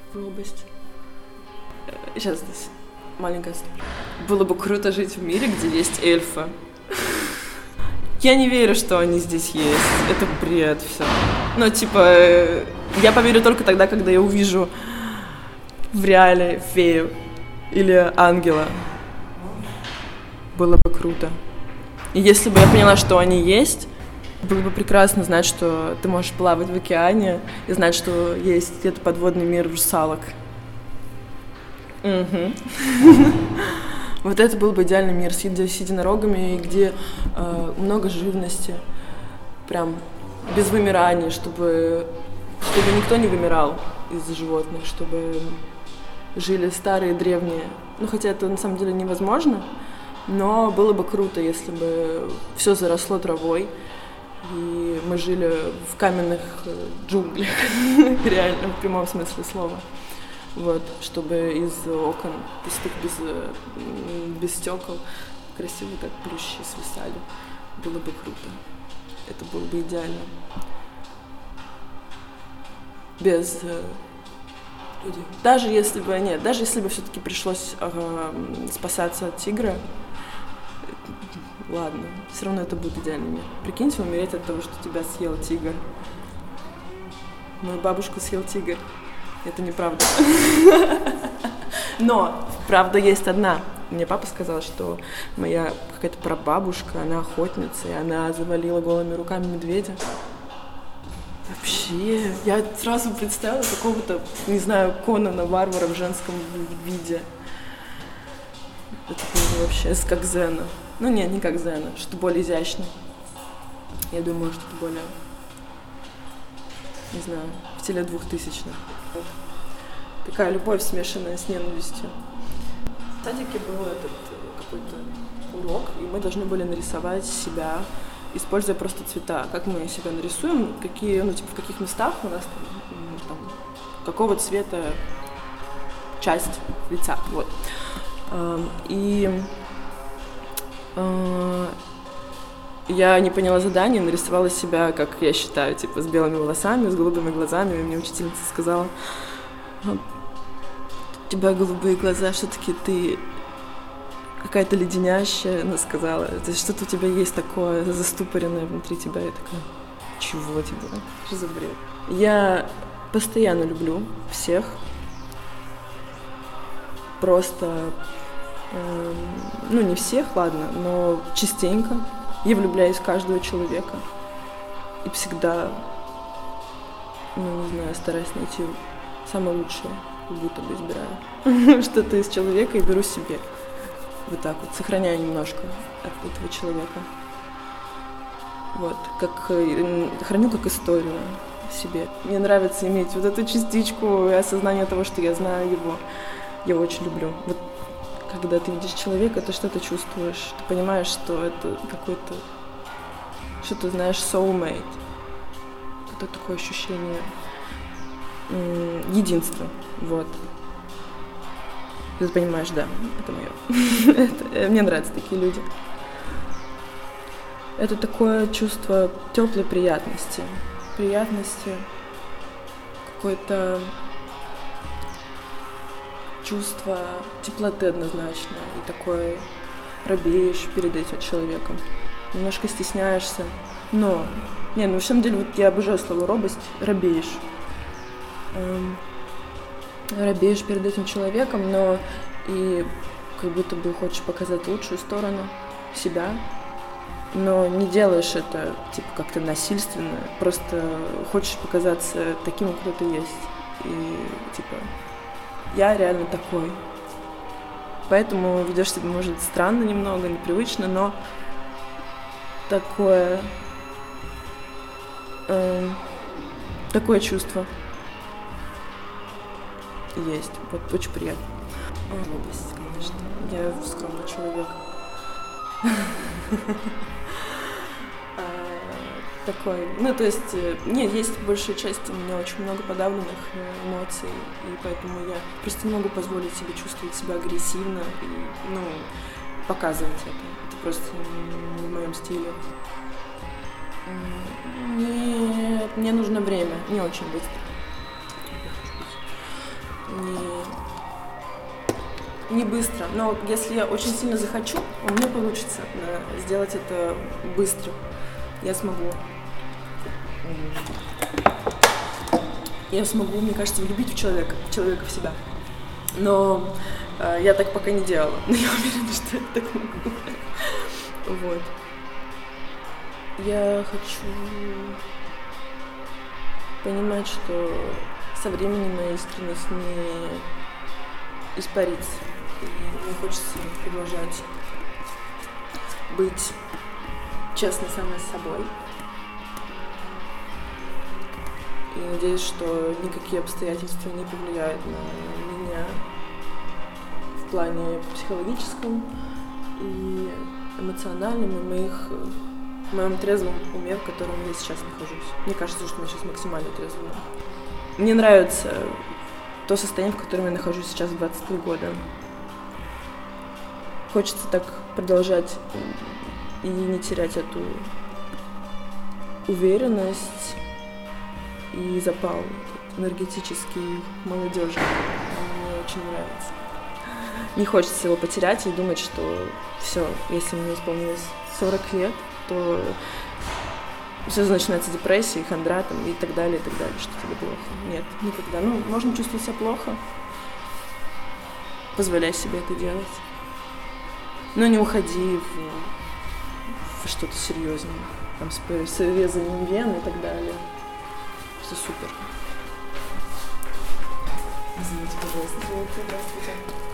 Робость. Сейчас здесь маленькая отступление. Было бы круто жить в мире, где есть эльфы. Я не верю, что они здесь есть. Это бред все. Ну, типа, я поверю только тогда, когда я увижу в реале фею или ангела. Было бы круто. И если бы я поняла, что они есть, было бы прекрасно знать, что ты можешь плавать в океане и знать, что есть где-то подводный мир русалок. Вот это был бы идеальный мир с единорогами, где много живности, прям без вымирания, чтобы никто не вымирал из животных, чтобы жили старые, древние. Ну, хотя это на самом деле невозможно, но было бы круто, если бы все заросло травой, и мы жили в каменных джунглях, реально, в прямом смысле слова. Вот, чтобы из окон пустых без стекол красиво как плющи свисали. Было бы круто. Это было бы идеально. Без людей. Даже если бы все-таки пришлось спасаться от тигра, ладно, все равно это будет идеальный мир. Прикиньте, умереть от того, что тебя съел тигр. Мою бабушку съел тигр. Это неправда. Но правда есть одна. Мне папа сказал, что моя какая-то прабабушка, она охотница, и она завалила голыми руками медведя. Вообще, я сразу представила какого-то, не знаю, Конана Варвара в женском виде. Это было вообще как Зена. Ну нет, не как Зена, что-то более изящное. Я думаю, что-то более, не знаю, в стиле 2000-х. Такая любовь, смешанная с ненавистью. В садике был этот какой-то урок, и мы должны были нарисовать себя, используя просто цвета. Как мы себя нарисуем, какие, в каких местах у нас там какого цвета часть лица. Вот. Я не поняла задание, нарисовала себя, как я считаю, с белыми волосами, с голубыми глазами. И мне учительница сказала: у тебя голубые глаза, все-таки ты какая-то леденящая, она сказала. То есть что-то у тебя есть такое заступоренное внутри тебя. Я такая: чего тебе? Что за бред? Я постоянно люблю всех. Просто, не всех, ладно, но частенько. Я влюбляюсь в каждого человека. И всегда, стараюсь найти самое лучшее, как будто бы избираю что-то из человека и беру себе. Вот так вот, сохраняю немножко от этого человека. Вот, храню как историю в себе. Мне нравится иметь вот эту частичку и осознание того, что я знаю его. Я очень люблю. Вот когда ты видишь человека, ты что-то чувствуешь. Ты понимаешь, что это какой-то, что ты знаешь, soulmate. Это такое ощущение единства. Вот. Ты понимаешь, да, это мое. Мне нравятся такие люди. Это такое чувство теплой приятности. Приятности, какое-то чувство теплоты однозначно. И такое робеешь перед этим человеком. Немножко стесняешься. Но, на самом деле, вот я обожаю слово робость. Робеешь. Робеешь перед этим человеком, но и как будто бы хочешь показать лучшую сторону себя, но не делаешь это как-то насильственно, просто хочешь показаться таким, кто ты есть. И я реально такой. Поэтому ведешь себя, может, странно немного, непривычно, но такое чувство есть. Вот очень приятно. Глупость, конечно. Я скромный человек. Такой. Нет, есть большая часть у меня очень много подавленных эмоций, и поэтому я просто не могу позволить себе чувствовать себя агрессивно и, показывать это. Это просто не в моем стиле. Нет, мне нужно время, не очень быстро. не быстро. Но если я очень сильно захочу, у меня получится сделать это быстро. Я смогу. Я смогу, мне кажется, влюбить в человека в себя. Но я так пока не делала. Но я уверена, что я так могу. Вот. Я хочу понимать, что со временем моя искренность не испарится. И мне хочется продолжать быть честной самой с собой. И надеюсь, что никакие обстоятельства не повлияют на меня в плане психологическом и эмоциональном, и в моем трезвом уме, в котором я сейчас нахожусь. Мне кажется, что я сейчас максимально трезвая. Мне нравится то состояние, в котором я нахожусь сейчас в 23 года. Хочется так продолжать и не терять эту уверенность и запал энергетический молодежи. Мне очень нравится. Не хочется его потерять и думать, что все, если мне исполнилось 40 лет, то все начинается депрессия, хандра там, и так далее, что тебе плохо. Нет, никогда. Можно чувствовать себя плохо, позволяй себе это делать. Но не уходи в что-то серьезное, там, с резанием вен и так далее. Все супер. Извините, пожалуйста. Здравствуйте.